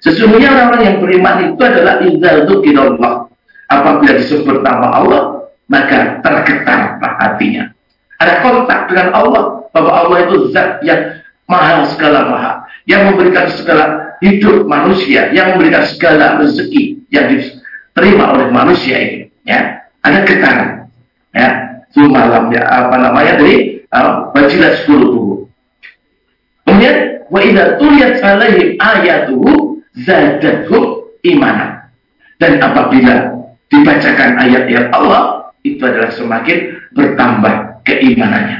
Sesungguhnya orang-orang yang beriman itu adalah idza dzukirallah. Apabila disebut nama Allah, maka tergetar hatinya. Ada kontak dengan Allah, bahwa Allah itu zat yang maha segala maha, yang memberikan segala hidup manusia, yang memberikan segala rezeki yang diterima oleh manusia ini. Ya, ada getaran. Ya, malam ya dari wajilat qulubuhum. Kemudian wa idza tuliyat alaihim ayatuhu zadatuhum imanan. Dan apabila dibacakan ayat-ayat Allah, itu adalah semakin bertambah keimanannya.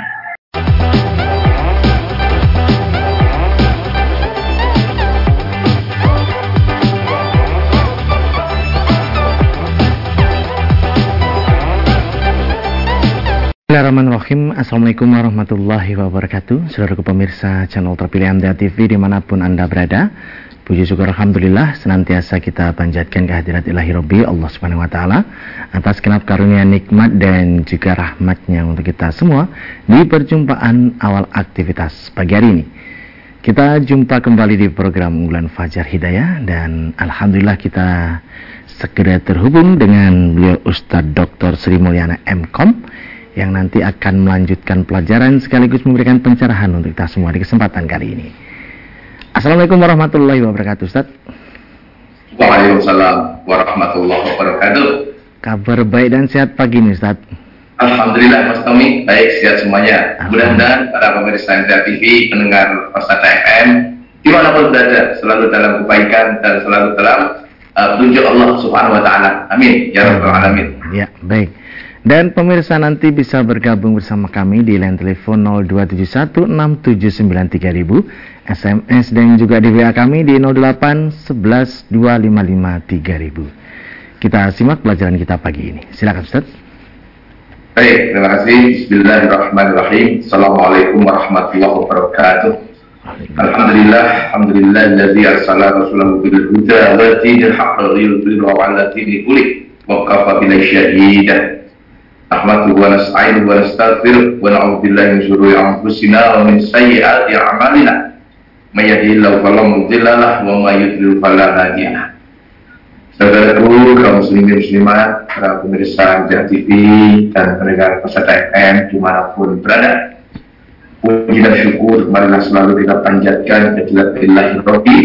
Bismillahirrahmanirrahim. Assalamualaikum warahmatullahi wabarakatuh. Saudaraku pemirsa channel terpilih MTA TV dimanapun Anda berada, puji syukur alhamdulillah senantiasa kita panjatkan kehadirat ilahi Rabbi Allah Subhanahu wa taala atas genap karunia nikmat dan juga rahmatnya untuk kita semua di perjumpaan awal aktivitas pagi hari ini. Kita jumpa kembali di program unggulan Fajar Hidayah dan alhamdulillah kita segera terhubung dengan beliau Ustadz Dr. Sri Mulyana M.Com yang nanti akan melanjutkan pelajaran sekaligus memberikan pencerahan untuk kita semua di kesempatan kali ini. Assalamualaikum warahmatullahi wabarakatuh, Ustaz. Waalaikumsalam warahmatullahi wabarakatuh. Kabar baik dan sehat pagi ini, Ustaz. Alhamdulillah Mas Tommy, baik sehat semuanya. Mudah-mudahan para pemirsa MTA TV, pendengar Persada FM, dimanapun berada, selalu dalam kebaikan dan selalu dalam petunjuk Allah Subhanahu wa taala. Amin ya rabbal alamin. Ya, baik. Dan pemirsa nanti bisa bergabung bersama kami di line telepon 02716793000, SMS dan juga di WA kami di 08112553000. Kita simak pelajaran kita pagi ini. Silakan Ustaz. Baik, terima kasih. Bismillahirrahmanirrahim. Assalamualaikum warahmatullahi wabarakatuh. Alhamdulillah arsala rasulahu bil huda wa dinil haqq liyudhhirahu 'ala dini kulli wa kafa billahi shahidan. Ahmadu wa nasta'inuhu wa nastaghfiruh wa na'udzu billahi min shururi anfusina wa min sayyiati a'malina. May yahdihillahu fala mudilla lahu wa may yudlil fala hadiya lahu. Saudaraku kaum muslimin muslimat, para pemirsa MTA TV dan pendengar Persada FM dimanapun berada, puji dan syukur marilah selalu kita panjatkan kehadirat Ilahi Rabbi,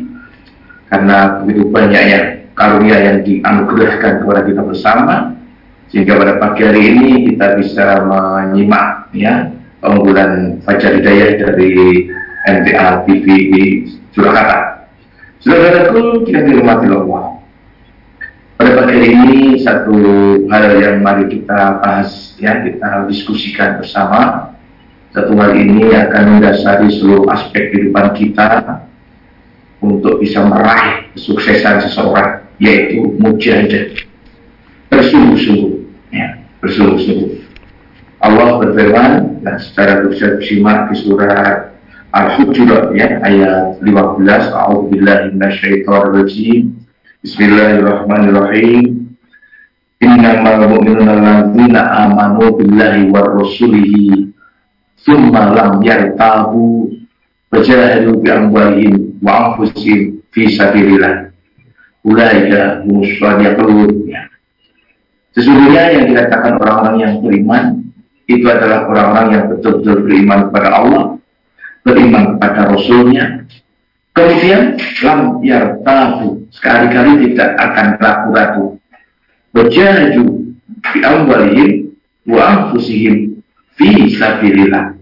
karena begitu banyaknya karunia yang dianugerahkan kepada kita bersama, sehingga pada pagi hari ini kita bisa menyimak ya keunggulan Fajar Hidayah dari MTA TV di Surakarta. Saudaraku kita dirahmati Allah. Pada pagi hari ini satu hal yang mari kita bahas ya, kita diskusikan bersama. Satu hal ini akan mendasari seluruh aspek kehidupan kita untuk bisa meraih kesuksesan seseorang, yaitu mujahadah. Bersungguh-sungguh ya, bersungguh-sungguh. Allah berfirman dan secara bisa disimak di surat Al-Hujurat ya, ayat 15. A'udzubillahi minasyaitonir rajim. Bismillahirrahmanirrahim. Innamal mu'minuna alladzina amanu billahi war rasulihi tsumma lam yartabu wa jahadu bi amwalihim wa anfusihim fi sabilillah. Ulaika humus shadiqun. Sesungguhnya yang dikatakan orang-orang yang beriman itu adalah orang-orang yang betul-betul beriman kepada Allah, beriman kepada Rasulnya, kemudian lam yartabu, sekali-kali tidak akan ragu-ragu, wajahadu bi amwalihim wa anfusihim fi sabilillah.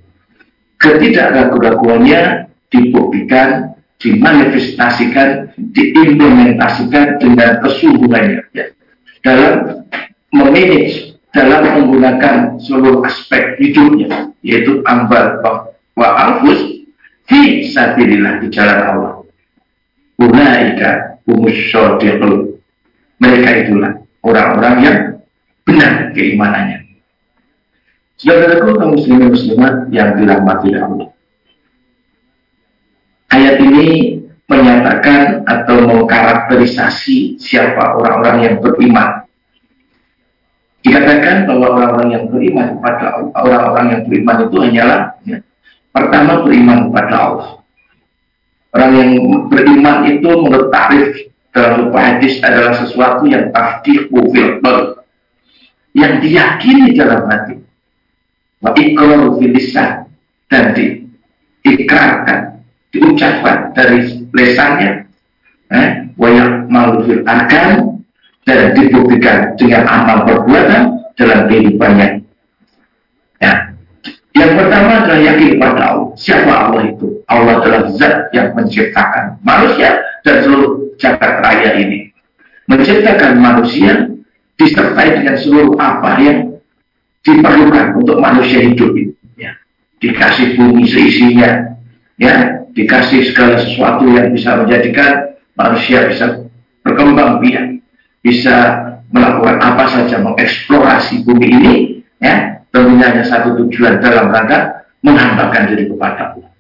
Ketidakragu-raguannya dibuktikan, dimanifestasikan, diimplementasikan dengan kesungguhannya ya, dalam memanage, dalam menggunakan seluruh aspek hidupnya, yaitu amwal wa anfus fi sabilillah, di jalan Allah. Ulaika humus shadiqun. Mereka itulah orang-orang yang benar keimanannya. Saudaraku kaum muslimin muslimat yang dirahmati Allah, ayat ini menyatakan atau mengkarakterisasi siapa orang-orang yang beriman. Dikatakan bahwa orang-orang yang beriman kepada orang-orang yang beriman itu hanyalah ya, pertama beriman kepada Allah. Orang yang beriman itu menurut tarif dalam beberapa hadis adalah sesuatu yang tasdiqu fil qalb, yang diyakini dalam hati, wa iqraru fil lisan, dan diikrarkan, diucapkan dari lesannya, wa ya'malu fil arkan, dan dibuktikan dengan amal perbuatan dalam kehidupannya. Ya. Yang pertama adalah yakin kepada Allah. Siapa Allah itu? Allah adalah zat yang menciptakan manusia dan seluruh jagat raya ini. Menciptakan manusia disertai dengan seluruh apa yang diperlukan untuk manusia hidup ini. Ya. Dikasih bumi seisinya, ya, dikasih segala sesuatu yang bisa menjadikan manusia bisa berkembang biak, bisa melakukan apa saja, mengeksplorasi bumi ini, ya. Tentunya hanya satu tujuan dalam rangka menghambakan diri kepada Allah.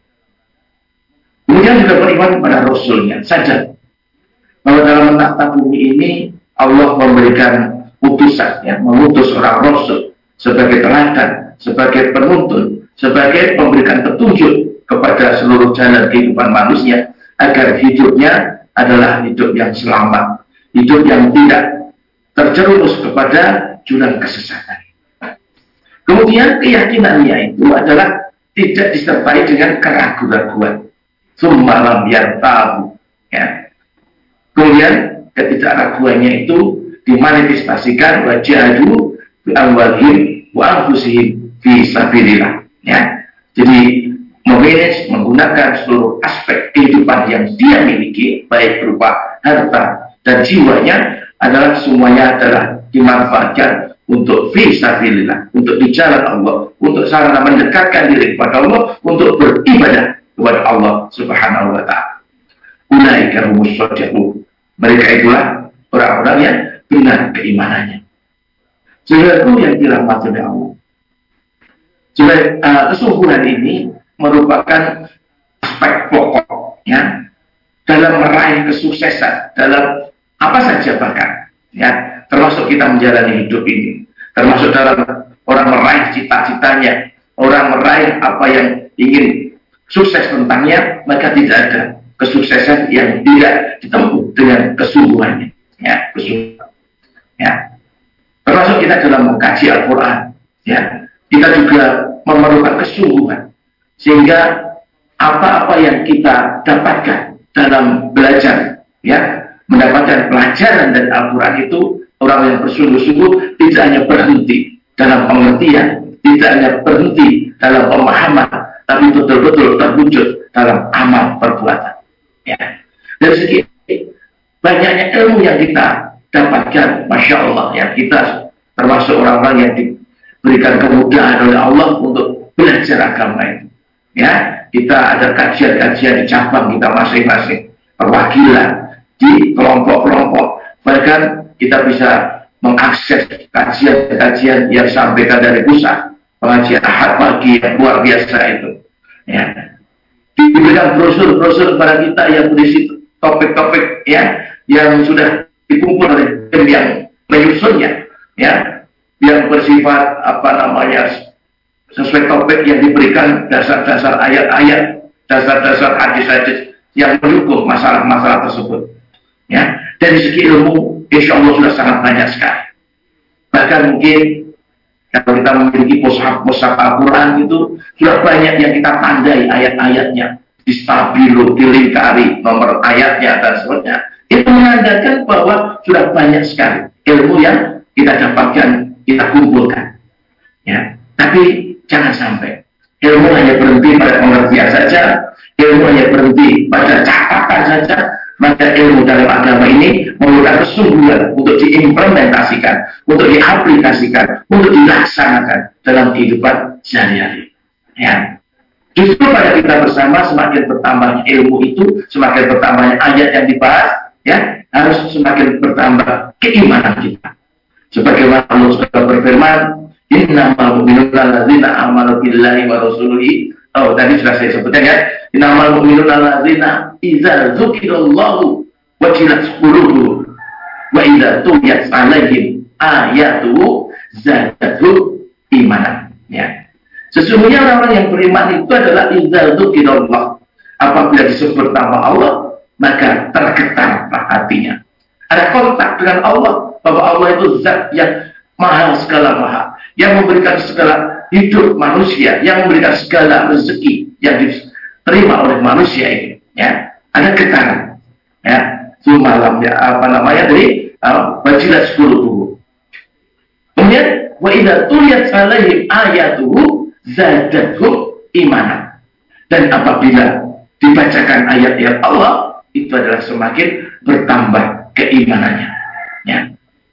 Kemudian juga beriman kepada Rasulnya, sadar bahwa dalam menata bumi ini Allah memberikan utusan, ya, mengutus orang Rasul sebagai teladan, sebagai penuntun, sebagai memberikan petunjuk kepada seluruh jalan kehidupan manusia agar hidupnya adalah hidup yang selamat, hidup yang tidak terjerumus kepada jurang kesesatan. Kemudian keyakinannya itu adalah tidak disertai dengan keraguan-raguan. Summalam yartabu, ya. Kemudian ketidakraguannya itu dimanifestasikan wajadu bi amwalihim wa anfusihim fi sabilillah, ya. Jadi memanage, menggunakan seluruh aspek kehidupan yang dia miliki, baik berupa harta dan jiwanya, adalah semuanya adalah dimanfaatkan untuk fisabilillah, untuk di jalan Allah, untuk sarana mendekatkan diri kepada Allah, untuk beribadah kepada Allah Subhanahu wa ta'ala. Ulaika humus shadiqun. Mereka itulah orang-orang yang benar keimanannya. Saudaraku yang dirahmati oleh Allah. Kesungguhan ini merupakan aspek pokok, ya, dalam meraih kesuksesan dalam apa saja, bahkan, ya, termasuk kita menjalani hidup ini, termasuk dalam orang meraih cita-citanya, orang meraih apa yang ingin sukses tentangnya, maka tidak ada kesuksesan yang tidak ditempuh dengan kesungguhannya, ya, kesungguhan, ya. Termasuk kita dalam mengkaji Al-Quran, ya, kita juga memerlukan kesungguhan, sehingga apa-apa yang kita dapatkan dalam belajar, ya, mendapatkan pelajaran dari Al-Quran itu, orang yang bersungguh-sungguh tidak hanya berhenti dalam pengertian, tidak hanya berhenti dalam pemahaman, tapi betul-betul terwujud dalam amal perbuatan. Ya. Dari segi banyaknya ilmu yang kita dapatkan, Masya Allah, ya, kita termasuk orang-orang yang diberikan kemudahan oleh Allah untuk belajar agama itu. Ya, kita ada kajian-kajian di cabang kita masing-masing, perwakilan di kelompok-kelompok, bahkan kita bisa mengakses kajian-kajian yang disampaikan dari pusat, pengajian Ahad pagi yang luar biasa itu, ya. Diberikan brosur-brosur kepada kita yang berisi topik-topik, ya, yang sudah dikumpul oleh tim yang menyusunnya, ya, yang bersifat sesuai topik yang diberikan, dasar-dasar ayat-ayat, dasar-dasar hadis-hadis yang mendukung masalah-masalah tersebut, ya. Dari segi ilmu, insya Allah sudah sangat banyak sekali. Bahkan mungkin kalau kita memiliki mushaf Al-Quran itu sudah banyak yang kita tandai ayat-ayatnya, distabilo, dilingkari nomor ayatnya dan sebagainya. Itu menandakan bahwa sudah banyak sekali ilmu yang kita dapatkan, kita kumpulkan, ya. Tapi jangan sampai ilmu hanya berhenti pada pengertian saja, ilmu hanya berhenti pada catatan saja. Maka ilmu dalam agama ini memerlukan kesungguhan untuk diimplementasikan, untuk diaplikasikan, untuk dilaksanakan dalam kehidupan sehari-hari, ya. Justru pada kita bersama, semakin bertambahnya ilmu itu, semakin bertambahnya ayat yang dibahas, ya, harus semakin bertambah keimanan kita. Sebagaimana Allah sudah berfirman, innamal mu'minuna alladzina amanu billahi wa rasulihi. Oh, tadi sudah saya sebutkan, ya. Innamal mu'minuna alladzina idza dzukirallahu wajilat qulubuhum wa idza tuliyat 'alaihim ayatuhu zadatuhum imanan, ya. Sesungguhnya orang yang beriman itu adalah idza dzukirallah, Apabila disebut nama Allah, maka tergetarlah hatinya. Ada kontak dengan Allah, bahwa Allah itu zat yang maha segala maha, yang memberikan segala hidup manusia, yang memberikan segala rezeki yang diterima oleh manusia ini. Ya, ada getaran. Ya, malam ya dari wajilat qulubuhum. Kemudian wa idza tuliyat alaihim ayatuhu zadatuhum imanan. Dan apabila dibacakan ayat-ayat Allah, itu adalah semakin bertambah keimanannya. Ya.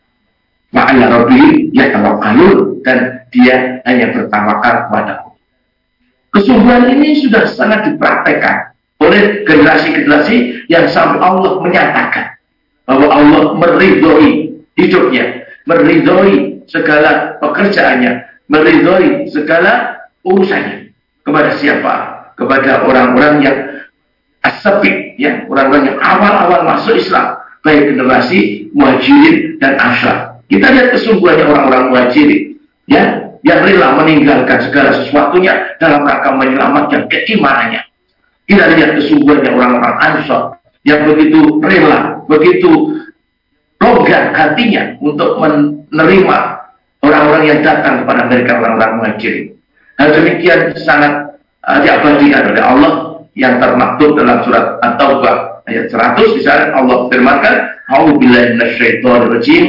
Ma'ala rabbihim yatawakkalun, dan dia hanya bertawakal kepada Allah. Kesungguhan ini sudah sangat dipraktekkan oleh generasi-generasi yang sampai Allah menyatakan bahwa Allah meridhoi hidupnya, meridhoi segala pekerjaannya, meridhoi segala urusannya. Kepada siapa? Kepada orang-orang yang as-sabiq, ya, orang-orang yang awal-awal masuk Islam, baik generasi Muhajirin dan Ansar. Kita lihat kesungguhannya orang-orang Muhajirin, ya, yang rela meninggalkan segala sesuatunya dalam rangka menyelamatkan keimanannya. Kita lihat kesungguhannya orang-orang Ansar yang begitu rela, begitu longgar hatinya untuk menerima orang-orang yang datang kepada mereka, orang-orang Muhajirin. Hal demikian sangat diabadikan oleh Allah yang termaktub dalam surat At-Taubah ayat 100. Misalnya Allah firmankan, "A'udzubillahi minasyaitonir rajim.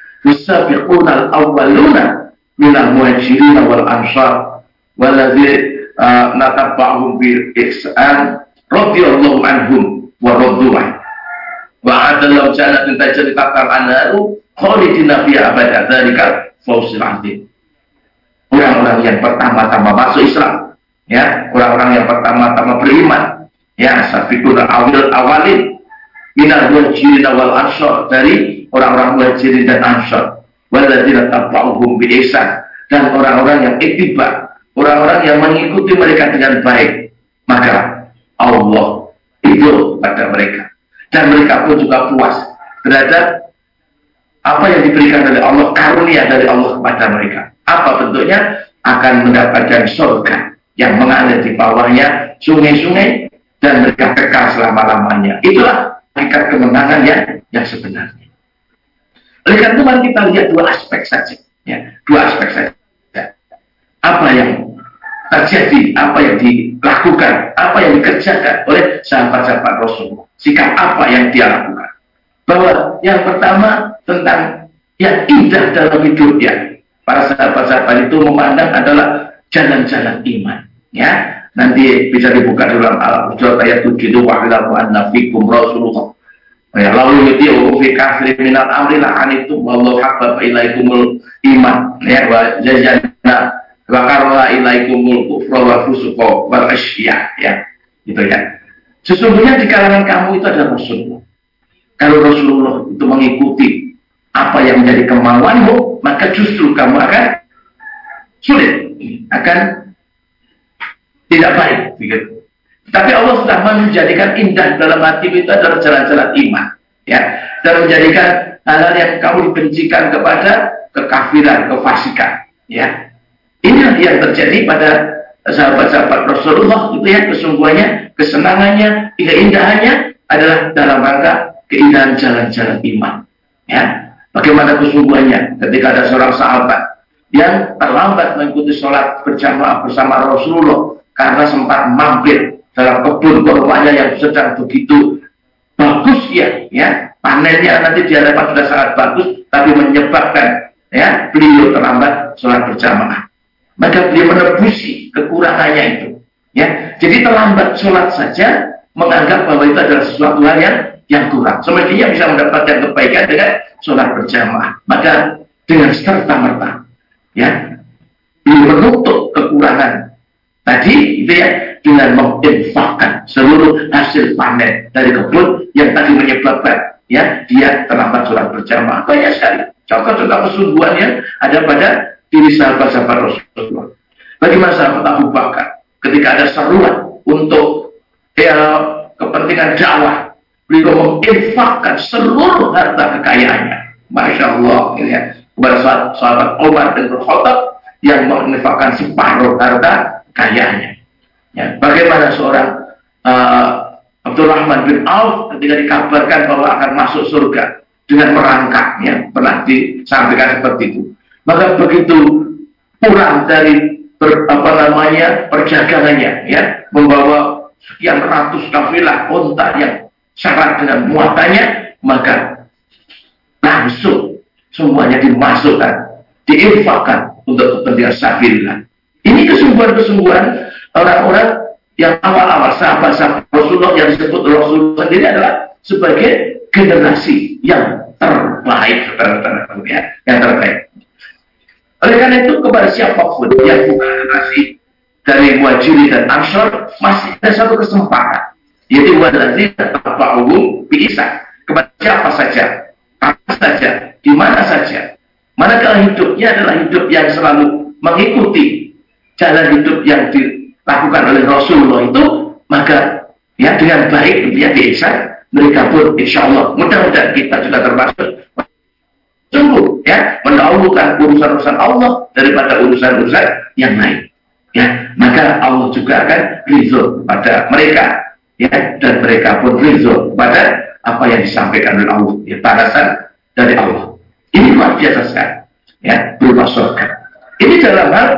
Wasabiqunal awwaluna minal muhajirin wal ansar waladzi natabba'uhum bil ihsan radhiyallahu anhum wa radu an. Wa adallahu jannatin tajri tahtal anharu khalidina fiha abada dzalika fawzul 'adzim." Orang-orang yang pertama-tama masuk Islam, ya, orang-orang yang pertama-tama beriman, ya, sabiqun awalin minal muhajirin wal ansar, dari orang-orang muhajirin dan ansar, walladzina tabauhum bi ihsan, dan orang-orang yang ittiba, orang-orang yang mengikuti mereka dengan baik, maka Allah ridho pada mereka, dan mereka pun juga puas terhadap apa yang diberikan oleh Allah, karunia dari Allah kepada mereka. Apa bentuknya? Akan mendapatkan surga yang mengalir di bawahnya sungai-sungai, dan mereka kekal selama-lamanya. Itulah hakikat kemenangan yang sebenarnya. Oleh karena itu mari kita lihat dua aspek saja, ya, dua aspek saja. Apa yang terjadi, apa yang dilakukan, apa yang dikerjakan oleh sahabat-sahabat Rasulullah. Sikap apa yang dia lakukan. Bahwa yang pertama tentang yang indah dalam hidupnya. Para sahabat-sahabat itu memandang adalah jalan-jalan iman. Ya, nanti bisa dibuka dalam Al-Hujurat ayat 7, wa'lamu anna fikum Rasulullah. Ya, lalu yuti'u fi kafirin minal amri la'anitum wallahu habbaba ilaikumul iman, ya, wa jazana wa karra ilaikumul kufra wa fusuqa wal asya, ya. Gitu ya. Sesungguhnya di kalangan kamu itu ada Rasulullah. Kalau Rasulullah itu mengikuti apa yang menjadi kemauanmu, maka justru kamu akan sulit, akan tidak baik, begitu. Tapi Allah sudah menjadikan indah dalam hatimu itu adalah jalan-jalan iman, ya, dan menjadikan hal-hal yang kamu dibencikan kepada kekafiran, kefasikan, ya. Inilah yang terjadi pada sahabat-sahabat Rasulullah, itu ya, kesungguhannya, kesenangannya, keindahannya adalah dalam rangka keindahan jalan-jalan iman, ya. Bagaimana kesungguhannya ketika ada seorang sahabat yang terlambat mengikuti sholat berjamaah bersama Rasulullah karena sempat mampir dalam kebun kurmanya yang sedang begitu bagus, ya, panennya nanti di hadapan sudah sangat bagus, tapi menyebabkan, ya, beliau terlambat sholat berjamaah. Maka beliau menebusi kekurangannya itu, ya. Jadi terlambat sholat saja menganggap bahwa itu adalah sesuatu hal yang kurang. Semestinya bisa mendapatkan kebaikan dengan sholat berjamaah. Maka dengan serta-merta, ya, beliau menutup kekurangan tadi, itu ya, dengan menginfakkan seluruh hasil panen dari kebun yang tadi menyebabkan, ya, dia terlambat sholat berjamaah. Banyak sekali contoh-contoh kesungguhan yang ada pada diri sahabat-sahabat Rasulullah. Bagaimana sahabat Abu Bakar ketika ada seruan untuk, ya, kepentingan dakwah, beliau menginfakkan seluruh harta kekayaannya. Masya Allah, ya, kepada sahabat Umar bin Khattab yang menginfakkan separuh harta kekayaannya. Ya, bagaimana seorang Abdurrahman bin Auf ketika dikabarkan bahwa akan masuk surga dengan merangkak, ya, pernah disampaikan seperti itu. Maka begitu pulang dari perjaganannya, ya, membawa sekian ratus kafilah unta yang syarat dengan muatannya, maka langsung semuanya dimasukkan, diinfakkan untuk kepentingan sabilillah. Ini kesungguhan-kesungguhan orang-orang yang awal-awal sahabat-sahabat Rasulullah yang disebut Rasulullah sendiri adalah sebagai generasi yang terbaik, saudara-saudara, ya, yang terbaik. Oleh karena itu kepada siapapun yang bukan generasi dari Muhajirin dan Ansor masih ada satu kesempatan, yaitu walladzina tabauhum biihsan, kepada siapa saja, apa saja, di mana saja, manakala hidupnya adalah hidup yang selalu mengikuti jalan hidup yang dilakukan oleh Rasulullah itu, maka ya dengan baik dia biihsan, mereka pun insya Allah mudah-mudahan kita juga termasuk sungguh, ya, mendahulukan urusan-urusan Allah daripada urusan-urusan yang lain, ya, maka Allah juga akan ridho pada mereka, ya, dan mereka pun ridho pada apa yang disampaikan oleh Allah, ya, balasan dari Allah. Ini luar biasa sekali, ya, berupa surga. Ini dalam hal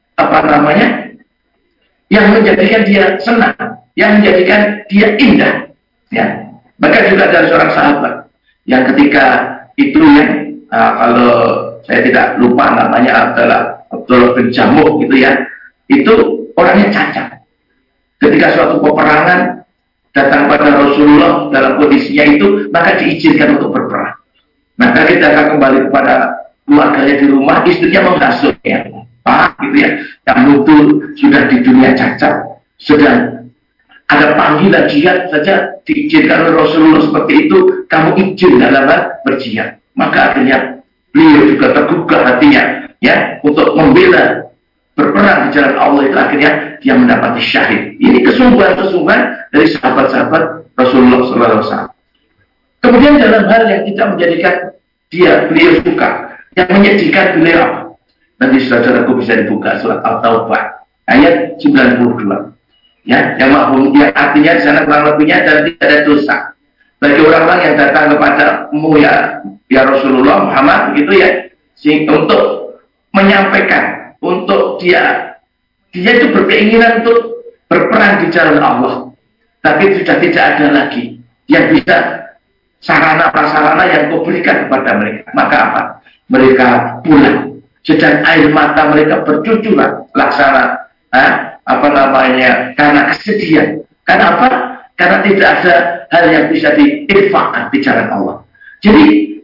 yang menjadikan dia senang, yang menjadikan dia indah, ya. Maka juga dari seorang sahabat yang ketika itu, ya, kalau saya tidak lupa namanya adalah Abdullah bin Jamuh gitu, ya, itu orangnya cacat. Ketika suatu peperangan datang pada Rasulullah dalam kondisinya itu, maka diizinkan untuk berperang. Maka kita akan kembali kepada keluarganya di rumah, istrinya menghasut, ya, Pak, gitu, ya, yang mutu sudah di dunia cacat, sedang ada panggilan jihad saja diizinkan oleh Rasulullah seperti itu, kamu izin dalam berjihad. Maka akhirnya beliau juga tergugah hatinya, ya, untuk membela berperang di jalan Allah, itu akhirnya dia mendapati syahid. Ini kesungguhan-kesungguhan dari sahabat-sahabat Rasulullah SAW. Kemudian dalam hal yang tidak menjadikan beliau suka, yang menyedihkan beliau apa? Nanti saudaraku bisa dibuka surat Al-Taubah ayat 92. Ya, yang artinya di sana kurang lebihnya dan tidak ada dosa bagi orang-orang yang datang kepadamu, ya Rasulullah Muhammad, begitu, ya, untuk menyampaikan, untuk dia itu berkeinginan untuk berperang di jalan Allah, tapi sudah tidak ada lagi yang bisa sarana prasarana yang kau berikan kepada mereka. Maka apa? Mereka pulang, sedang air mata mereka bercucuran laksana karena kesedihan. Karena apa? Karena tidak ada hal yang bisa diinfakkan di jalan Allah. Jadi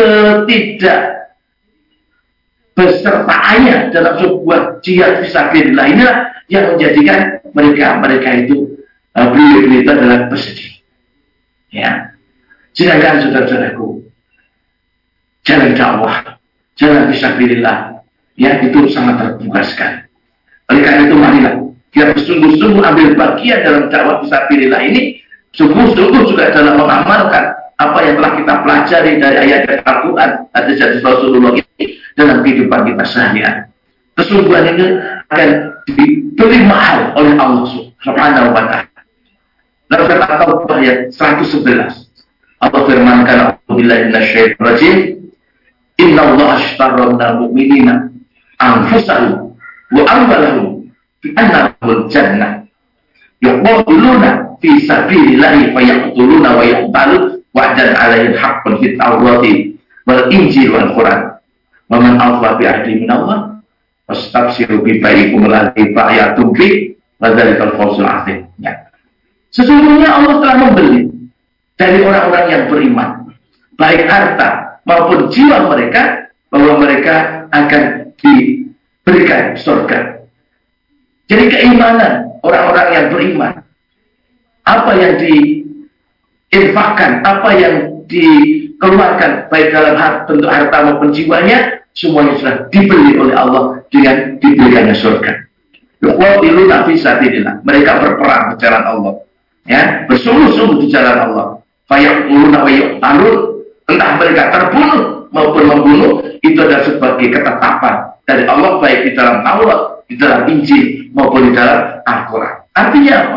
ketidakbesertaannya dalam sebuah jihad fisabilillah inilah yang menjadikan mereka itu beliau itu adalah bersedih. Ya, sedangkan saudara-saudaraku, jalan dakwah, jalan fisabilillah, ya, itu sangat terbuka sekali. Oleh karena itu marilah kita bersungguh-sungguh ambil bagian dalam dakwah fisabilillah ini, sungguh-sungguh juga dalam mengamalkan apa yang telah kita pelajari dari ayat Al-Quran, hadis Rasulullah ini dalam kehidupan kita sehari-hari. Kesungguhan ini akan diberi mahal oleh Allah Subhanahu wa Ta'ala. Dalam surat Al-Taubah ayat 111, Allah firmankan, "A'udzubillahi minasyaitonir rajim. Innallaha ashtara minal mu'minina anfusahum wa amwalahum bi anna lahumul jannah. Yuqatiluna fi sabilillahi fayaqtuluna wa yuqtalun wa'dan 'alaihim haqqun fit Taurati wal Injil wal Quran. Wa man awfa bi ahdi minallah fastabshiru bi bai'ikum alladzi ba'yatum bi wa dzalikal fawzul 'azim." Ya. Sesungguhnya Allah telah membeli dari orang-orang yang beriman, baik harta maupun jiwa mereka, bahwa mereka akan diberikan surga. Jadi keimanan orang-orang yang beriman, apa yang diinfakkan, apa yang dikeluarkan baik dalam bentuk harta maupun jiwanya, semuanya sudah dibeli oleh Allah dengan diberikannya surga. Yuqatiluna fi sabilillah, mereka berperang di jalan Allah, ya, bersungguh-sungguh di jalan Allah. Fayaqtuluna wa yuqtalun, entah mereka terbunuh maupun membunuh, itu adalah sebagai ketetapan dari Allah baik di dalam Taurat, di dalam Injil maupun di dalam Al-Quran. Artinya apa?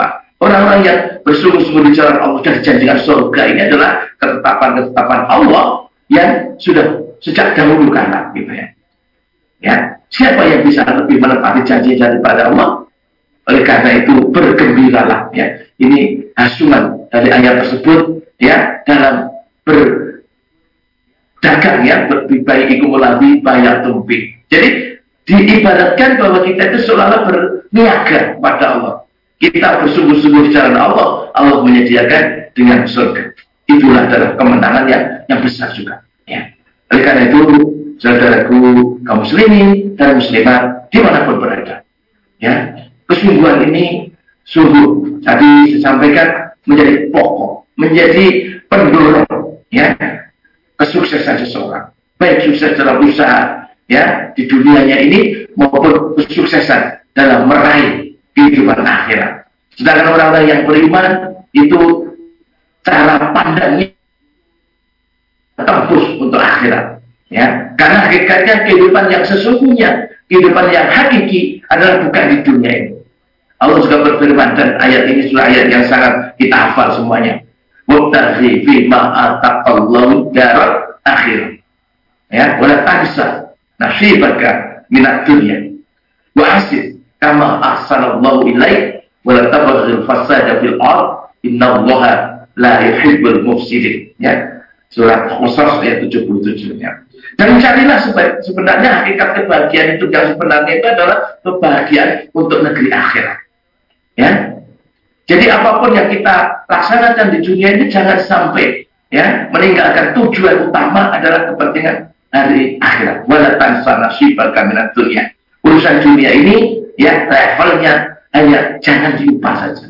Orang-orang yang bersungguh-sungguh di jalan Allah dan dijanjikan surga ini adalah ketetapan-ketetapan Allah yang sudah sejak dahulu kala, gitu ya. Ya, siapa yang bisa lebih menepati janji daripada Allah? Oleh karena itu bergembiralah, ya. Ini hasuman dari ayat tersebut, ya, dalam berdagang, ya, bibayikum ladzi bayatum bi. Jadi diibaratkan bahwa kita itu seolah-olah berniaga pada Allah. Kita bersungguh-sungguh di jalan Allah, Allah menyediakan dengan surga. Itulah adalah kemenangan yang besar juga. Ya. Oleh karena itu, saudaraku kaum muslimin dan muslimat dimanapun berada, ya, kesungguhan ini sungguh tadi saya sampaikan menjadi pokok, menjadi pendorong, ya, kesuksesan seseorang, baik sukses dalam usaha, ya, di dunianya ini maupun kesuksesan dalam meraih kehidupan akhirat. Sedangkan orang-orang yang beriman itu cara pandangnya tembus untuk akhirat, ya, karena hakikatnya kehidupan yang sesungguhnya, kehidupan yang hakiki adalah bukan di dunia ini. Allah juga berfirman, dan ayat ini sudah ayat yang sangat kita hafal semuanya. Wabtaghi fima ataqallahu daral akhir, ya, wala tansa nasibaka minad dunya wa hasib kama ahsanallahu ilaik wala tabghil fasada fil ard innallaha la yuhibbul mufsidin, ya, surat Qasas ayat 77, ya. Dan carilah sebenarnya hakikat kebahagiaan itu yang sebenarnya itu adalah kebahagiaan untuk negeri akhirat, ya. Jadi apapun yang kita laksanakan di dunia ini jangan sampai, ya, meninggalkan tujuan utama adalah kepentingan hari akhirat. Wala tansa nasibaka minad dunya. Urusan dunia ini, ya, levelnya hanya jangan diupah saja.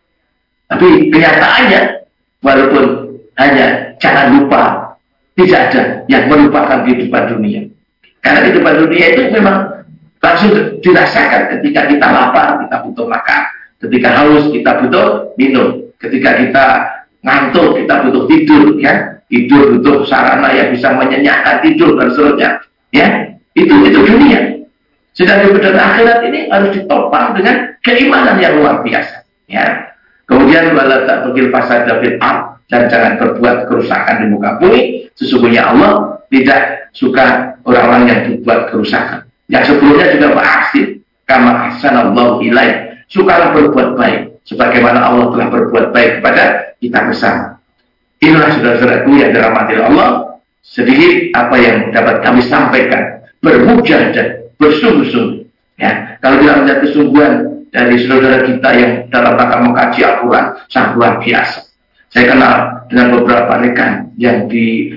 Tapi kenyataannya, walaupun hanya jangan lupa, tidak ada yang melupakan kehidupan dunia. Karena kehidupan dunia itu memang langsung dirasakan ketika kita lapar, kita butuh makan. Ketika haus, kita butuh minum. Ketika kita ngantuk, kita butuh tidur, ya. Tidur butuh sarana yang bisa menyenyakkan tidur dan seterusnya, ya. Itu dunia. Sedangkan kehidupan akhirat ini harus ditopang dengan keimanan yang luar biasa, ya. Kemudian wala ta'bugil fasada fil ard, dan jangan berbuat kerusakan di muka bumi. Sesungguhnya Allah tidak suka orang-orang yang berbuat kerusakan. Yang sebelumnya juga ma'asib kama ahsanallahu ilaik. Sukalah berbuat baik sebagaimana Allah telah berbuat baik kepada kita bersama. Inilah saudara-saudaraku yang dirahmati Allah, sedikit apa yang dapat kami sampaikan, bermujahadah, bersungguh-sungguh, ya. Kalau kita melihat kesungguhan dari saudara kita yang dalam rangka mengkaji Al-Quran sangat luar biasa. Saya kenal dengan beberapa rekan yang di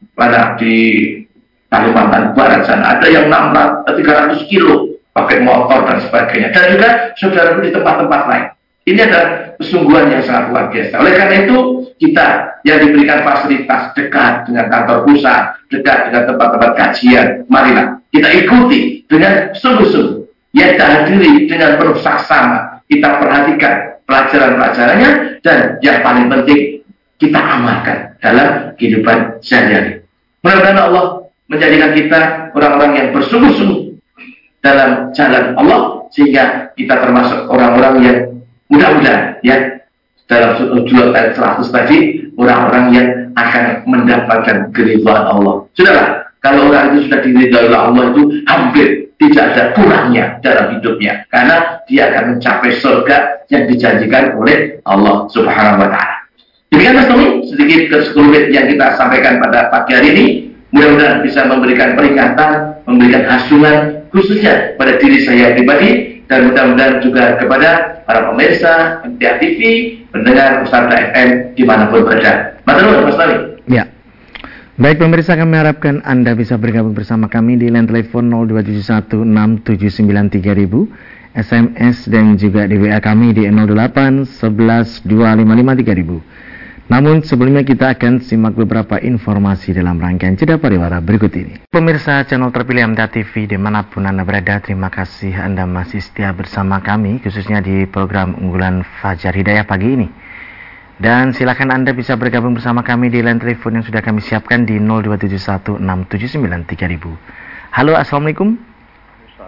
Kalimantan Barat sana, ada yang 300 kilo pakai motor dan sebagainya, dan juga saudara di tempat-tempat lain. Ini adalah kesungguhan yang sangat luar biasa. Oleh karena itu, kita yang diberikan fasilitas dekat dengan kantor pusat, dekat dengan tempat-tempat kajian, marilah kita ikuti dengan sungguh-sungguh. Ya, kita hadiri dengan penuh saksama. Kita perhatikan pelajaran-pelajarannya, dan yang paling penting kita amalkan dalam kehidupan sehari-hari. Mudah-mudahan Allah menjadikan kita orang-orang yang bersungguh-sungguh dalam jalan Allah, sehingga kita termasuk orang-orang yang mudah-mudahan, ya, dalam surat ayat 100 tadi, orang-orang yang akan mendapatkan keridhaan Allah. Sudahlah, kalau orang itu sudah diridhai oleh Allah, itu hampir tidak ada kurangnya dalam hidupnya, karena dia akan mencapai surga yang dijanjikan oleh Allah Subhanahu wa Ta'ala. Demikian Mas Tommy, sedikit keseluruhan yang kita sampaikan pada pagi hari ini. Mudah-mudahan bisa memberikan peringatan, memberikan hasulan khususnya pada diri saya pribadi, dan mudah-mudahan juga kepada para pemirsa MTA TV, pendengar Nusantara FM dimanapun berada. Matur Mas Tommy. Ya. Baik pemirsa, kami harapkan Anda bisa bergabung bersama kami di line telepon 02716793000, SMS dan juga di WA kami di 081125553000. Namun sebelumnya kita akan simak beberapa informasi dalam rangkaian jeda pariwara berikut ini. Pemirsa channel terpilih MTA TV dimanapun Anda berada, terima kasih Anda masih setia bersama kami, khususnya di program unggulan Fajar Hidayah pagi ini. Dan silakan Anda bisa bergabung bersama kami di line telepon yang sudah kami siapkan di 02716793000. Halo, assalamualaikum.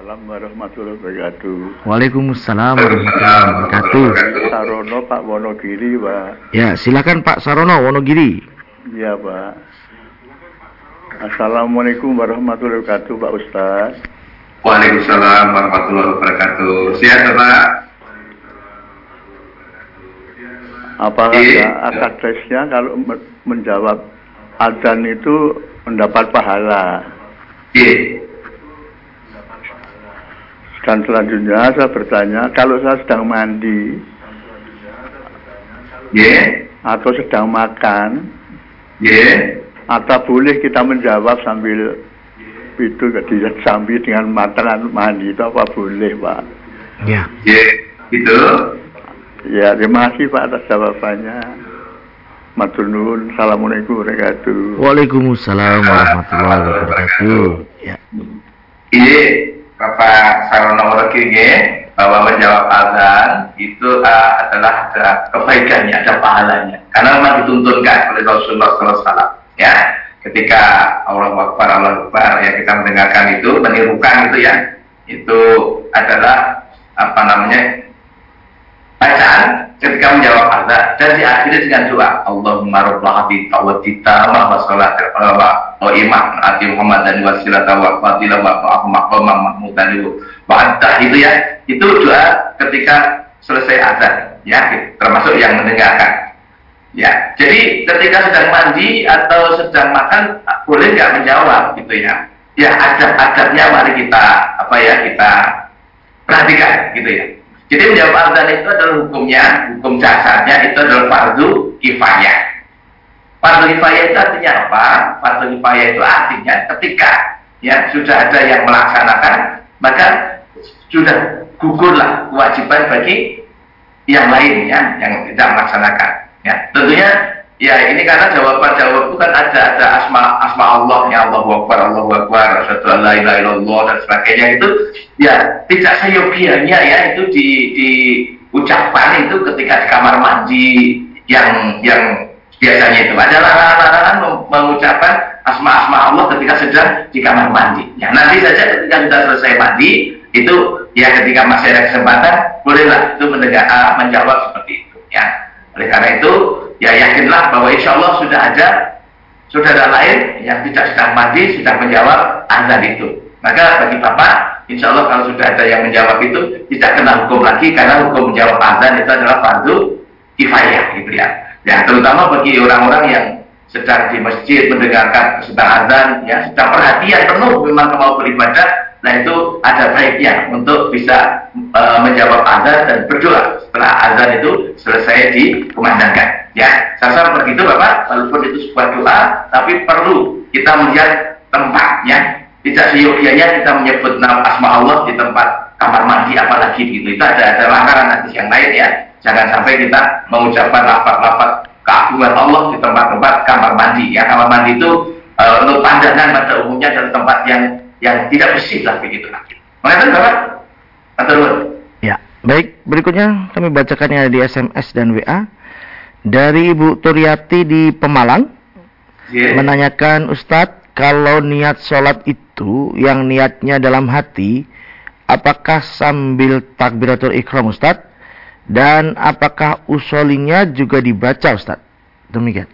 Waalaikumsalam warahmatullahi wabarakatuh. Waalaikumsalam warahmatullahi wabarakatuh. Sarono Pak Wonogiri, Pak. Ya, silakan Pak Sarono Wonogiri. Iya, Pak. Assalamualaikum warahmatullahi wabarakatuh, Pak Ustaz. Waalaikumsalam warahmatullahi wabarakatuh. Sihat Pak? Apakah ada tesnya kalau menjawab azan itu mendapat pahala? Iya. Dan selanjutnya saya bertanya, kalau saya sedang mandi, atau sedang makan, atau boleh kita menjawab sambil itu sambil dengan makanan mandi itu apa boleh, Pak? Ya. Itu. Ya, terima kasih Pak atas jawabannya. Matur nuwun. Assalamualaikum warahmatullahi wabarakatuh. Waalaikumsalam warahmatullahi wabarakatuh. Ya. Ini Bapak Sarono Wonogiri bahwa menjawab azan itu adalah ada kebaikannya, ada pahalanya. Karena memang dituntunkan oleh Rasulullah SAW. Ya, ketika Allahu Akbar ya kita mendengarkan itu, menirukan itu ya, itu adalah bacaan ketika menjawab azan dan diakhiri dengan doa Allahumma rabbal hati tawadita wa salat wa imam ati Muhammad dan wasilata wa fadilah wa maqamam mahmudan wa itu ya, itu doa ketika selesai azan ya, termasuk yang mendengarkan ya. Jadi ketika sedang mandi atau sedang makan boleh nggak menjawab gitu ya. Ya, adab-adabnya mari kita kita perhatikan gitu ya. Jadi menjawab azan itu adalah hukumnya, hukum dasarnya itu adalah fardu kifayah. Fardu kifayah itu artinya apa? Fardu kifayah itu artinya ketika ya sudah ada yang melaksanakan, maka sudah gugurlah kewajiban bagi yang lain ya, yang tidak melaksanakan. Ya, tentunya ya ini karena jawaban itu kan ada asma Allah ya, Allahu Akbar, asyhadu an la ilaha illallah dan sebagainya itu ya tidak seyogianya ya itu diucapkan itu ketika di kamar mandi yang biasanya itu ada larangan mengucapkan asma Allah ketika sedang di kamar mandi. Ya, nanti saja ketika sudah selesai mandi itu ya ketika masih ada kesempatan bolehlah itu menjawab seperti itu ya. Oleh karena itu ya yakinlah bahwa insya Allah sudah ada saudara lain yang tidak sedang mandi sudah menjawab azan itu. Maka bagi Bapak insya Allah kalau sudah ada yang menjawab itu tidak kena hukum lagi, karena hukum menjawab azan itu adalah fardu kifayah gitu ya. Ya, terutama bagi orang-orang yang sedang di masjid mendengarkan sedang azan ya, sedang perhatian penuh memang mau beribadah. Nah itu ada baiknya untuk bisa menjawab azan dan berdoa setelah azan itu selesai dikumandangkan. Ya, saya begitu Bapak, walaupun itu sebuah doa, tapi perlu kita melihat tempatnya. Tidak seyogianya kita menyebut nama asma Allah di tempat kamar mandi apalagi gitu. Itu ada larangan hadis yang lain ya. Jangan sampai kita mengucapkan lafaz-lafaz keagungan Allah di tempat-tempat kamar mandi. Ya, kamar mandi itu untuk pandangan pada umumnya adalah tempat yang tidak bersih lah begitu. Mengerti Bapak? Atau ya, baik. Berikutnya kami bacakannya di SMS dan WA dari Ibu Turyati di Pemalang. Menanyakan, Ustadz, kalau niat sholat itu yang niatnya dalam hati, apakah sambil takbiratul ihram Ustadz? Dan apakah usolinya juga dibaca Ustadz? Demikian.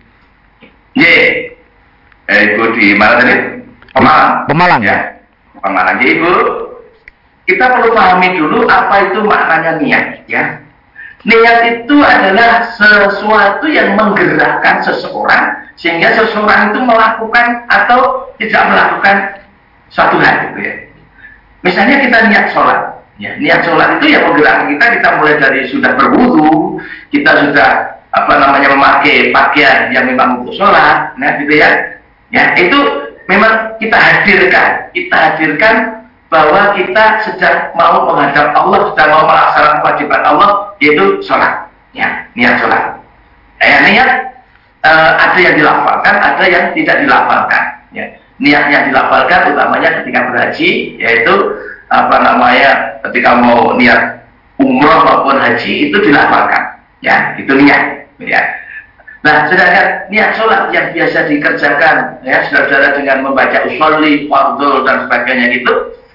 Ibu di mana tadi? Pemalang. Ya. Pemalang. Jadi Ibu, kita perlu pahami dulu apa itu maknanya niat ya. Niat itu adalah sesuatu yang menggerakkan seseorang sehingga seseorang itu melakukan atau tidak melakukan suatu hal gitu ya. Misalnya kita niat sholat ya, niat sholat itu yang menggerakkan kita mulai dari sudah berwudu, kita sudah memakai pakaian yang memang untuk sholat, nah gitu ya. Ya, itu memang kita hadirkan bahwa kita sedang mau menghadap Allah, sedang mau melaksanakan kewajiban Allah, yaitu sholat. Ya, niat sholat. Ya, niat ada yang dilafalkan, ada yang tidak dilafalkan. Ya, niat yang dilafalkan utamanya ketika berhaji, yaitu ketika mau niat umroh maupun haji itu dilafalkan. Ya, itu niat. Ya. Nah, sedangkan niat sholat yang biasa dikerjakan, ya, saudara-saudara dengan membaca usolli, fardhu dan sebagainya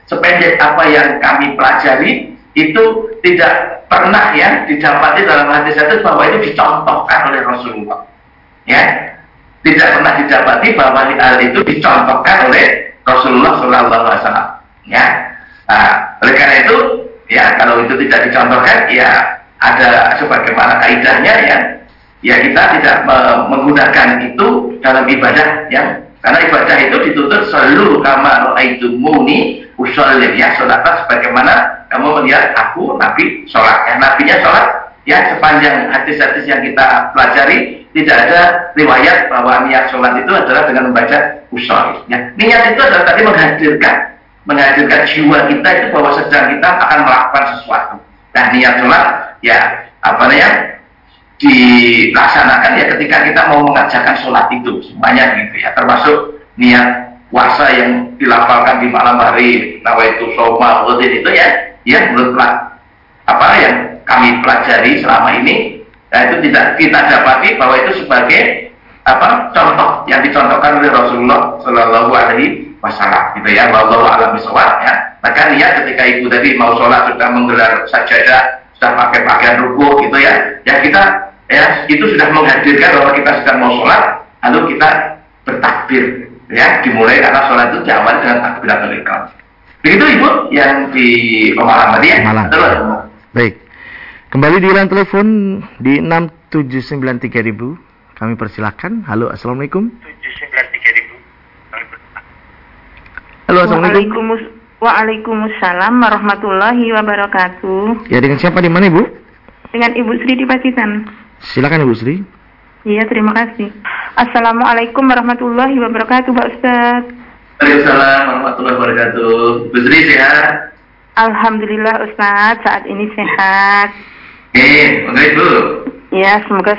sependek apa yang kami pelajari itu tidak pernah ya didapati dalam hadis-hadis bahwa itu dicontohkan oleh Rasulullah. Ya, tidak pernah didapati bahwa hal itu dicontohkan oleh Rasulullah SAW. Ya, oleh karena itu ya kalau itu tidak dicontohkan ya ada sebagaimana kaidahnya ya kita tidak menggunakan itu dalam ibadah ya. Karena ibadah itu dituntut selalu kama ra'aitumuni usollim ya, sholatlah sebagaimana kamu melihat aku Nabi sholat ya. Nabinya sholat ya, sepanjang hadis-hadis yang kita pelajari tidak ada riwayat bahwa niat sholat itu adalah dengan membaca usollim ya. Niat itu adalah tadi menghadirkan jiwa kita itu bahwa sedang kita akan melakukan sesuatu. Nah niat sholat ya apa namanya dilaksanakan ya ketika kita mau mengerjakan sholat itu semuanya gitu ya, termasuk niat puasa yang dilafalkan di malam hari nawaitu shoma itu ya menurut apa yang kami pelajari selama ini nah itu tidak kita dapati bahwa itu sebagai apa contoh yang dicontohkan oleh Rasulullah Shallallahu Alaihi Wasallam gitu ya, wallahu a'lam bishawab ya. Maka niat ketika ibu tadi mau sholat sudah menggelar sajadah, sudah pakai pakaian rukuk gitu ya kita ya itu sudah menghadirkan bahwa kita sedang mau sholat, lalu kita bertakbir ya, dimulai karena sholat itu diawali dengan takbiratul ihram. Begitu Ibu yang di Pemalang tadi ya. Terus. Baik. Kembali di line telepon di 6793000. Kami persilahkan. Halo, assalamualaikum. 6793000. Halo, assalamualaikum. Waalaikumsalam warahmatullahi wabarakatuh. Ya, dengan siapa di mana Ibu? Dengan Ibu Sri di Pacitan. Silakan Ibu Sri. Iya, terima kasih. Assalamualaikum warahmatullahi wabarakatuh, Pak Ustaz. Waalaikumsalam warahmatullahi wabarakatuh. Bu Sri sehat? Alhamdulillah Ustaz, saat ini sehat. Ibu. Ya, semoga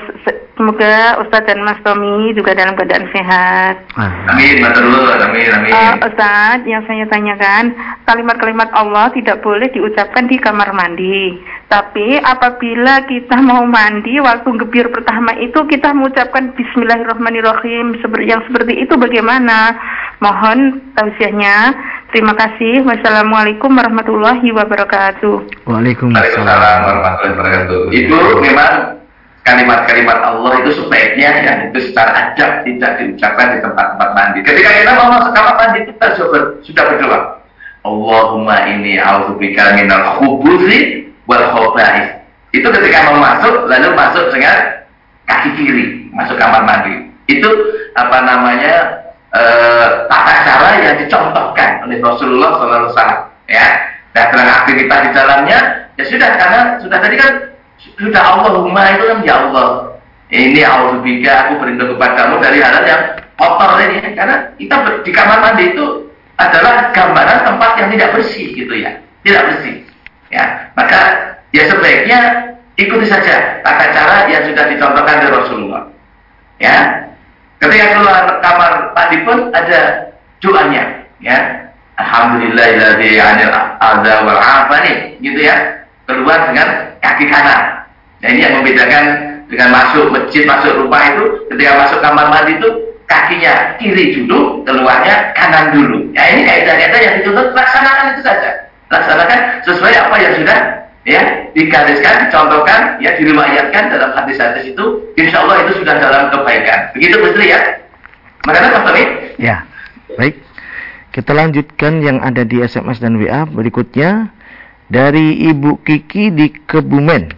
Ustaz dan Mas Tommy juga dalam keadaan sehat. Amin, amin. Ustaz, yang saya tanyakan, kalimat-kalimat Allah tidak boleh diucapkan di kamar mandi. Tapi apabila kita mau mandi, waktu gebir pertama itu kita mengucapkan Bismillahirrahmanirrahim. Yang seperti itu bagaimana? Mohon tausiahnya. Terima kasih. Wassalamualaikum warahmatullahi wabarakatuh. Waalaikumsalam warahmatullahi wabarakatuh. Ibu memang kalimat-kalimat Allah itu sebaiknya yang itu secara adab tidak diucapkan di tempat-tempat mandi. Ketika kita mau masuk kamar mandi kita sudah berdoa. Allahumma inni a'udzubika minal khubuthi wal khaba'ith. Itu ketika mau masuk lalu masuk dengan kaki kiri masuk kamar mandi. Itu apa namanya tata cara yang dicontohkan oleh Rasulullah SAW ya. Nah dengan aktivitas di dalamnya ya sudah, karena sudah tadi kan sudah Allahumma itu kan ya Allah, ini a'udzubika, aku berlindung kepadamu dari hal-hal yang kotor ini, karena kita di kamar mandi itu adalah gambaran tempat yang tidak bersih gitu ya, tidak bersih ya. Maka ya sebaiknya ikuti saja tata cara yang sudah dicontohkan oleh Rasulullah ya. Ketika keluar kamar mandi pun ada doanya ya, alhamdulillahilladzi 'anil adza wal 'afani gitu ya, keluar dengan kaki kanan. Nah ini yang membedakan dengan masuk masjid, masuk rumah itu, ketika masuk kamar mandi itu kakinya kiri dulu, keluarnya kanan dulu. Ya ini kaidah-kaidah yang dituntut, laksanakan itu saja. Laksanakan sesuai apa yang sudah ya digariskan, dicontohkan, ya diriwayatkan dalam hadis-hadis itu. Insya Allah itu sudah dalam kebaikan. Begitu Putri ya. Makanya Pak Tony? Ya, baik. Kita lanjutkan yang ada di SMS dan WA berikutnya. Dari Ibu Kiki di Kebumen.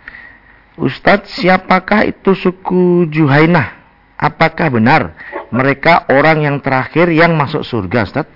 Ustadz, siapakah itu suku Juhainah? Apakah benar mereka orang yang terakhir yang masuk surga, Ustadz?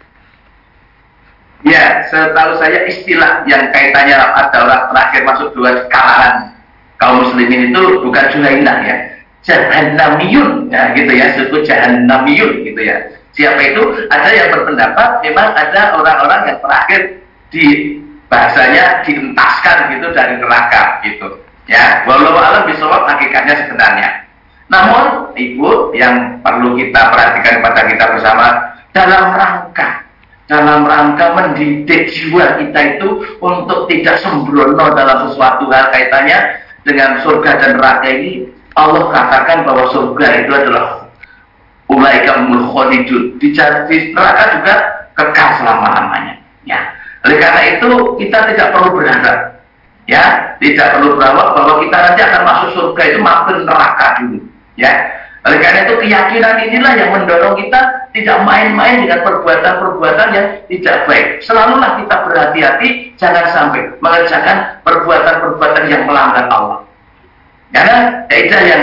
Ya, setahu saya istilah yang kaitannya ada orang terakhir masuk dua kalangan kaum muslimin itu bukan Juhainah ya, Jahannamiyun ya gitu ya, suku Jahannamiyun gitu ya. Siapa itu? Ada yang berpendapat memang ada orang-orang yang terakhir di bahasanya dientaskan gitu dari neraka gitu ya. Wallahu a'lam bishawab hakikatnya sebenarnya. Namun Ibu yang perlu kita perhatikan kepada kita bersama dalam rangka mendidik jiwa kita itu untuk tidak sembrono dalam sesuatu hal kaitannya dengan surga dan neraka ini. Allah katakan bahwa surga itu adalah ulaika humul khalidun, di neraka juga kekal selama-lamanya ya. Oleh karena itu kita tidak perlu berharap, ya, tidak perlu berharap bahwa kita nanti akan masuk surga itu mampir neraka dulu, ya. Oleh karena itu keyakinan inilah yang mendorong kita tidak main-main dengan perbuatan-perbuatan yang tidak baik. Selalulah kita berhati-hati jangan sampai mengerjakan perbuatan-perbuatan yang melanggar Allah. Karena kaidah yang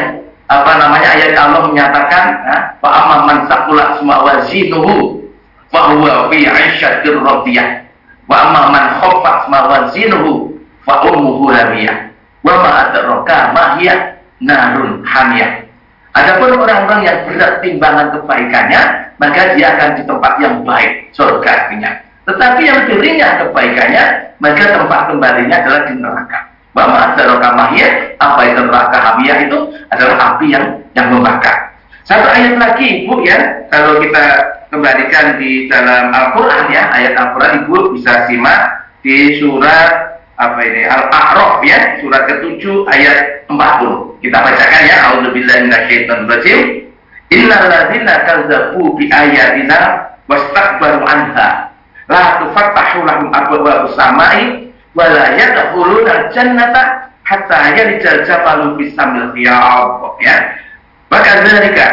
ayat Allah menyatakan, fa amman man saqulat mawazinuhu fa huwa fi 'ishatir radiyah wa amman man khaffat mawazinuhu fa ummuhu hawiyah wa ma adraka ma hiya narun hamiyah. Adapun orang-orang yang berat timbangan kebaikannya, maka dia akan di tempat yang baik, surga artinya. Tetapi yang lebih ringan kebaikannya, maka tempat kembalinya adalah di neraka. Bahwa neraka mahiyah, apa itu neraka hamiyah itu adalah api yang membakar. Satu ayat lagi, Ibu, ya, kalau kita kembalikan di dalam Al-Quran, ya, ayat Al-Quran, Ibu bisa simak di surat Al-A'raf, ya, surat ke-7 ayat 40. Kita bacakan, ya. A'udzubillahi minasyaitonir rajim. Innal ladzina kazzabu bi ayatina wastakbaru anha la tufattahu lahum abwaabus samai wa la yadkhuluna jannata hatta yalijal jabalu fis samil khiyab, ya. Maka dzalika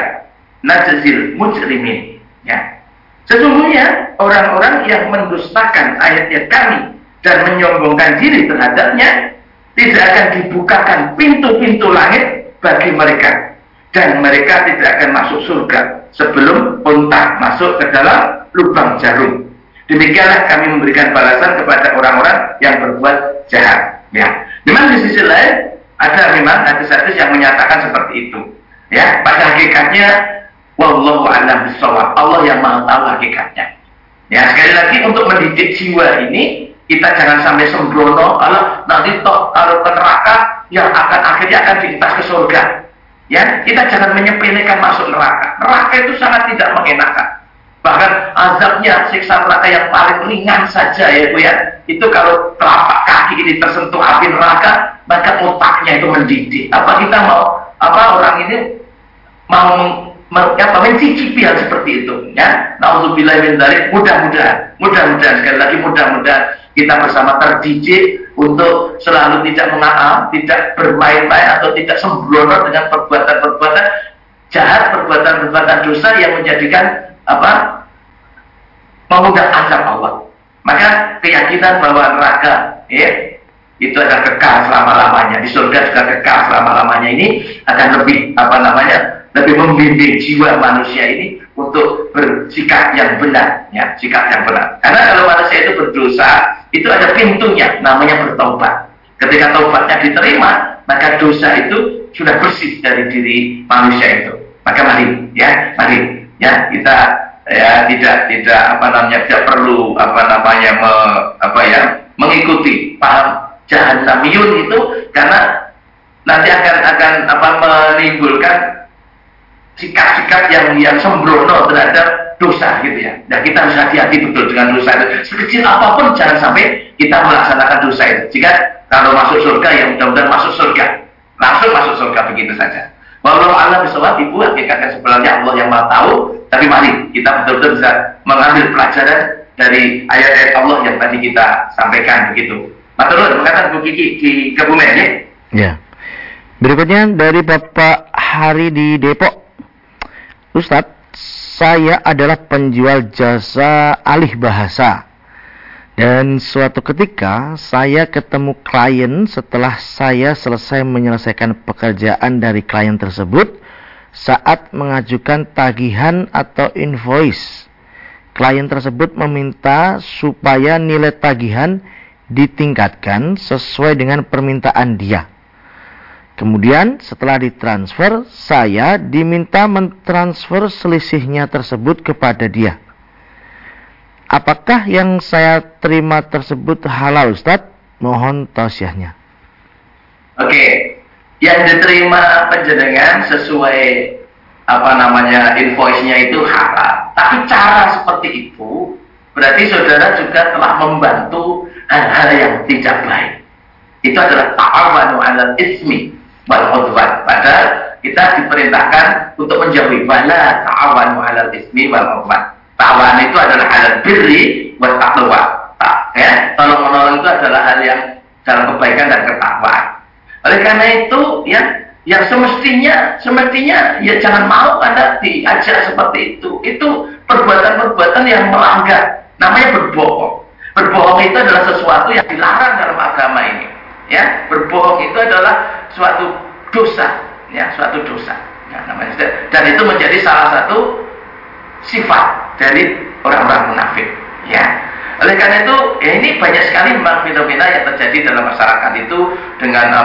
najzil mujrimin, ya. Sesungguhnya orang-orang yang mendustakan ayat-ayat kami dan menyombongkan diri terhadapnya, tidak akan dibukakan pintu-pintu langit bagi mereka, dan mereka tidak akan masuk surga sebelum unta masuk ke dalam lubang jarum. Demikianlah kami memberikan balasan kepada orang-orang yang berbuat jahat. Ya, memang di sisi lain ada memang hadis-hadis yang menyatakan seperti itu. Ya, pada hakikatnya wallahu a'lam bishawab. Allah yang maha tahu hakikatnya. Ya, sekali lagi untuk mendidik jiwa ini, kita jangan sampai sembrono kalau nanti toh kalau ke neraka yang akan akhirnya akan diintas ke surga. Ya, kita jangan menyepelekan masuk neraka. Neraka itu sangat tidak mengenakan. Bahkan azabnya, siksa neraka yang paling ringan saja, ya Bu, ya. Itu kalau telapak kaki ini tersentuh api neraka, maka otaknya itu mendidih. Apa kita mau orang ini mau mencicipi hal seperti itu, ya? Nauzubillahi min dzalik. Mudah-mudahan sekali lagi mudah-mudahan kita bersama terdidik untuk selalu tidak mengaal, tidak bermain-main atau tidak sembrono dengan perbuatan-perbuatan jahat, perbuatan-perbuatan dosa yang menjadikan mengundang azab Allah. Maka keyakinan bahwa neraka, ya, itu akan kekal selama-lamanya, di surga juga kekal selama-lamanya, ini akan lebih lebih membimbing jiwa manusia ini untuk bersikap yang benar, ya, sikap yang benar. Karena kalau manusia itu berdosa, itu ada pintunya, namanya bertobat. Ketika tobatnya diterima, maka dosa itu sudah bersih dari diri manusia itu. Maka mari kita tidak perlu mengikuti paham jahannamiyun itu, karena nanti akan menimbulkan sikap-sikap yang sembrono terhadap dosa, gitu ya. Dan kita harus hati-hati betul dengan dosa itu. Sekecil apapun jangan sampai kita melaksanakan dosa itu. Jika kalau masuk surga, ya mudah-mudahan masuk surga, langsung masuk surga begitu saja. Wallahu a'lam bishawab. Ibu, hakikatnya sebenarnya Allah yang Maha tahu. Tapi mari kita betul-betul bisa mengambil pelajaran dari ayat-ayat Allah yang tadi kita sampaikan begitu. Matur mengatakan Bu Kiki di Kebumen, ya. Ya. Berikutnya dari Bapak Hari di Depok. Ustadz, saya adalah penjual jasa alih bahasa. Dan suatu ketika saya ketemu klien setelah saya selesai menyelesaikan pekerjaan dari klien tersebut saat mengajukan tagihan atau invoice. Klien tersebut meminta supaya nilai tagihan ditingkatkan sesuai dengan permintaan dia. Kemudian setelah ditransfer, saya diminta mentransfer selisihnya tersebut kepada dia. Apakah yang saya terima tersebut halal, Ustadz? Mohon tausiahnya. Oke, yang diterima penjenengan sesuai invoice-nya itu halal. Tapi cara seperti itu berarti saudara juga telah membantu hal-hal yang tidak baik. Itu adalah ta'awanu 'alal ismi wal 'udwan. Padahal kita diperintahkan untuk menjauhi wala ta'awanu 'alal ismi wal 'udwan. Ta'awan itu adalah 'alal birri wat taqwa. ya. Tolong-menolong itu adalah hal yang dalam kebaikan dan ketakwaan. Oleh karena itu, ya, yang semestinya ya jangan mau Anda diajak seperti itu. Itu perbuatan-perbuatan yang melanggar. Namanya berbohong. Berbohong itu adalah sesuatu yang dilarang dalam agama ini. Ya, berbohong itu adalah suatu dosa, ya, suatu dosa. Ya, namanya. Dan itu menjadi salah satu sifat dari orang-orang munafik. Ya. Oleh karena itu, ya ini banyak sekali memang fenomena yang terjadi dalam masyarakat itu dengan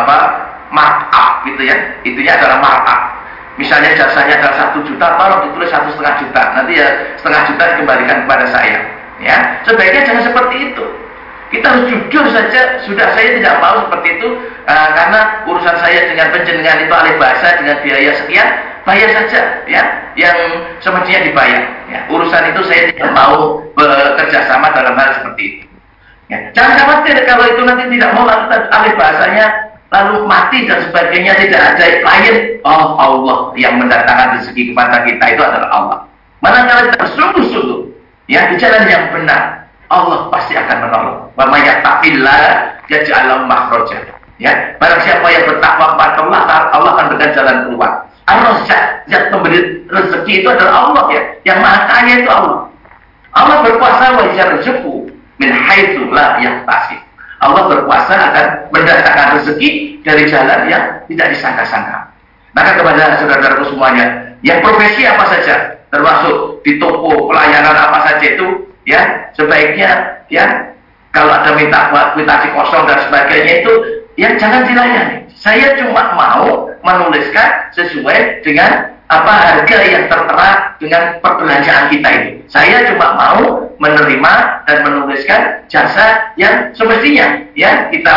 markup gitu ya. Itunya adalah markup. Misalnya jasanya adalah 1 juta, tolong ditulis 1,5 juta. Nanti ya 1,5 juta dikembalikan kepada saya. Ya, sebaiknya jangan seperti itu. Kita harus jujur saja. Sudah, saya tidak mau seperti itu karena urusan saya dengan penjenengan itu alih bahasa dengan biaya sekian, bayar saja, ya, yang semestinya dibayar. Ya, urusan itu saya tidak mau bekerja sama dalam hal seperti itu. Ya, jangan khawatir kalau itu nanti tidak mau alih bahasanya, lalu mati dan sebagainya, tidak ada klien. Oh, Allah yang mendatangkan rezeki kepada kita itu adalah Allah. Manakala kita bersungguh-sungguh, ya, di jalan yang benar, Allah pasti akan menolong. Wa may yattaqillah yaj'al lahu makhraja. Ya, barang siapa yang bertakwa kepada Allah, Allah akan berikan jalan keluar. Ar-Razzaq, zat pemberi rezeki itu adalah Allah, ya. Yang Maha Kaya itu Allah. Allah berkuasa wa yarzuqu min haitsu la yahtasib. Allah berkuasa akan mendatangkan rezeki dari jalan yang tidak disangka-sangka. Maka kepada saudara-saudaraku semuanya, yang profesi apa saja, termasuk di toko pelayanan apa saja itu, ya, sebaiknya, ya, kalau ada minta kuitasi kosong dan sebagainya itu, ya, jangan dilayani. Saya cuma mau menuliskan sesuai dengan harga yang tertera dengan perbelanjaan kita ini. Saya cuma mau menerima dan menuliskan jasa yang semestinya, ya, kita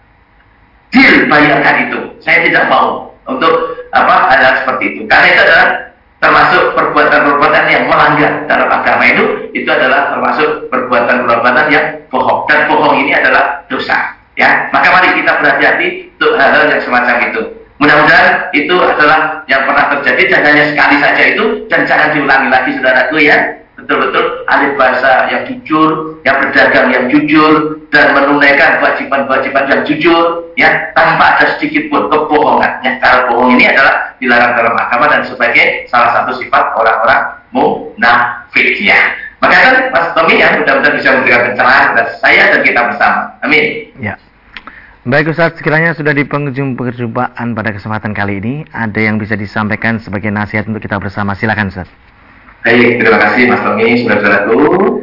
deal bayarkan itu. Saya tidak mau untuk hal seperti itu. Karena itu adalah termasuk perbuatan-perbuatan yang melanggar dalam agama itu adalah termasuk perbuatan-perbuatan yang bohong, dan bohong ini adalah dosa. Ya, maka mari kita berhati-hati untuk hal-hal yang semacam itu. Mudah-mudahan itu adalah yang pernah terjadi dan hanya sekali saja itu, dan jangan diulangi lagi, saudaraku, ya. Betul-betul alih bahasa yang jujur, yang berdagang yang jujur, dan menunaikan kewajiban-kewajiban yang jujur, ya, tanpa ada sedikit pun kebohongan. Ya, cara bohong ini adalah dilarang dalam agama dan sebagai salah satu sifat orang-orang munafik, ya. Maka kan Mas Tommy, ya, mudah-mudahan bisa memberikan pencerahan kepada saya dan kita bersama. Amin. Ya. Baik Ustaz, sekiranya sudah di penghujung perjumpaan pada kesempatan kali ini, ada yang bisa disampaikan sebagai nasihat untuk kita bersama. Silakan Ustaz. Baik, terima kasih Mas Tommy, saudara-saudaraku,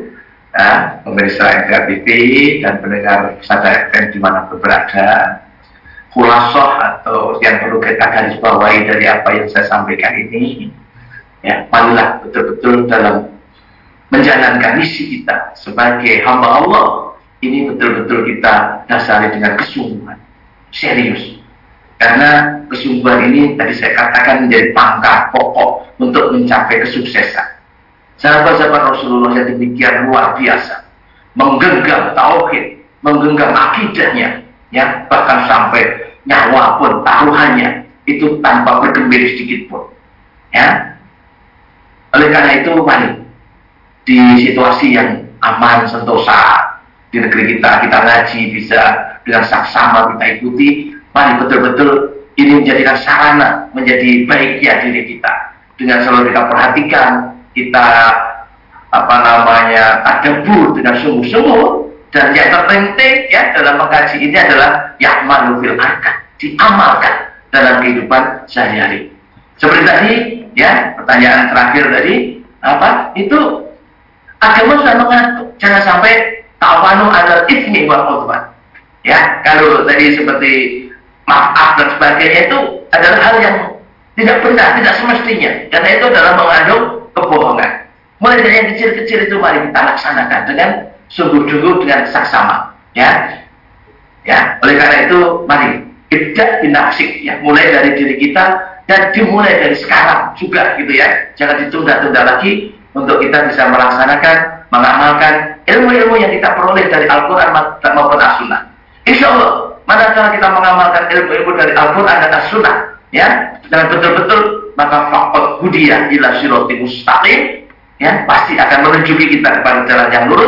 pemirsa NTR TV dan pendengar Sadar FM dimanapun berada. Khulasoh atau yang perlu kita garis bawahi dari apa yang saya sampaikan ini, ya, marilah betul-betul dalam menjalankan misi kita sebagai hamba Allah ini betul-betul kita dasari dengan kesungguhan, serius. Karena kesungguhan ini tadi saya katakan menjadi pangkal pokok untuk mencapai kesuksesan. Sahabat-sahabat Rasulullah yang demikian luar biasa, menggenggam tauhid, menggenggam akidahnya, ya, bahkan sampai nyawa pun taruhannya itu tanpa bergemir sedikit pun. Ya. Oleh karena itu, mari di situasi yang aman, sentosa di negeri kita ngaji bisa dengan saksama kita ikuti. Mari betul-betul ini menjadikan sarana menjadi baiknya diri kita. Dengan selalu kita perhatikan, kita tadabbur dengan sungguh-sungguh, dan yang terpenting, ya, dalam mengaji ini adalah ya'malu fil akad, diamalkan dalam kehidupan sehari-hari. Seperti tadi, ya, pertanyaan terakhir tadi, itu agama sudah mengatur, jangan sampai ta'awanu 'alal itsmi wal 'udwan. Ya, kalau tadi seperti maaf dan sebagainya itu adalah hal yang tidak benar, tidak semestinya, karena itu adalah mengandung kebohongan. Mulai dari yang kecil-kecil itu mari kita laksanakan dengan sungguh-sungguh, dengan saksama, ya. Ya, oleh karena itu mari ibda' binafsik, ya, mulai dari diri kita dan dimulai dari sekarang juga, gitu ya. Jangan ditunda-tunda lagi untuk kita bisa melaksanakan, mengamalkan ilmu-ilmu yang kita peroleh dari Al-Quran maupun As-Sunnah. Insya Allah, manakala kita mengamalkan ilmu-ilmu dari Al-Quran dan As-Sunnah, ya, dengan betul-betul, maka faqad hudiya ila siratal mustaqim, ya, pasti akan menunjuki kita kepada jalan yang lurus,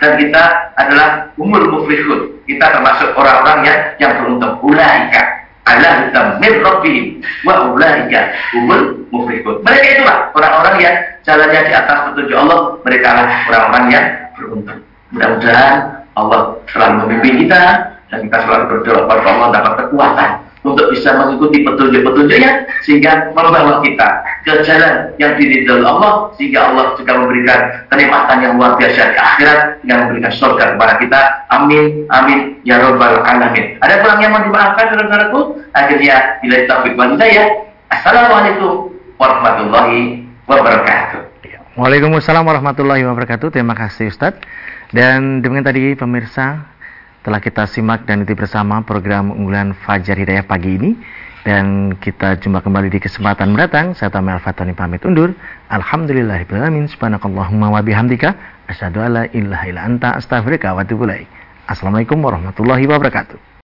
dan kita adalah umul muflihun. Kita termasuk orang-orang yang beruntung. Ulaika ala hudan min rabbihim wa ulaika umul muflihun. Mereka itulah orang-orang yang jalannya di atas petunjuk Allah. Mereka adalah orang-orang yang beruntung. Mudah-mudahan Allah selalu membimbing kita dan kita selalu berdoa kepada Allah dapat kekuatan untuk bisa mengikuti petunjuk-petunjuknya sehingga membawa kita ke jalan yang diridhoi Allah, sehingga Allah juga memberikan kenikmatan yang luar biasa di akhirat yang memberikan surga kepada kita. Amin amin ya rabbal alamin. Ada kurang yang mau dimaafkan saudara-saudaraku? Akhirnya bila taufik wal hidayah. Assalamualaikum warahmatullahi wabarakatuh. Waalaikumsalam warahmatullahi wabarakatuh. Terima kasih Ustadz. Dan demikian tadi pemirsa, telah kita simak dan ikuti bersama program unggulan Fajar Hidayah pagi ini. Dan kita jumpa kembali di kesempatan mendatang. Saya Tamil Al-Fatani pamit undur. Alhamdulillahirrahmanirrahim. Subhanakallahumma wa bihamdika asyhadu alla ilaha illa anta astaghfiruka wa atubu ilaik. Assalamualaikum warahmatullahi wabarakatuh.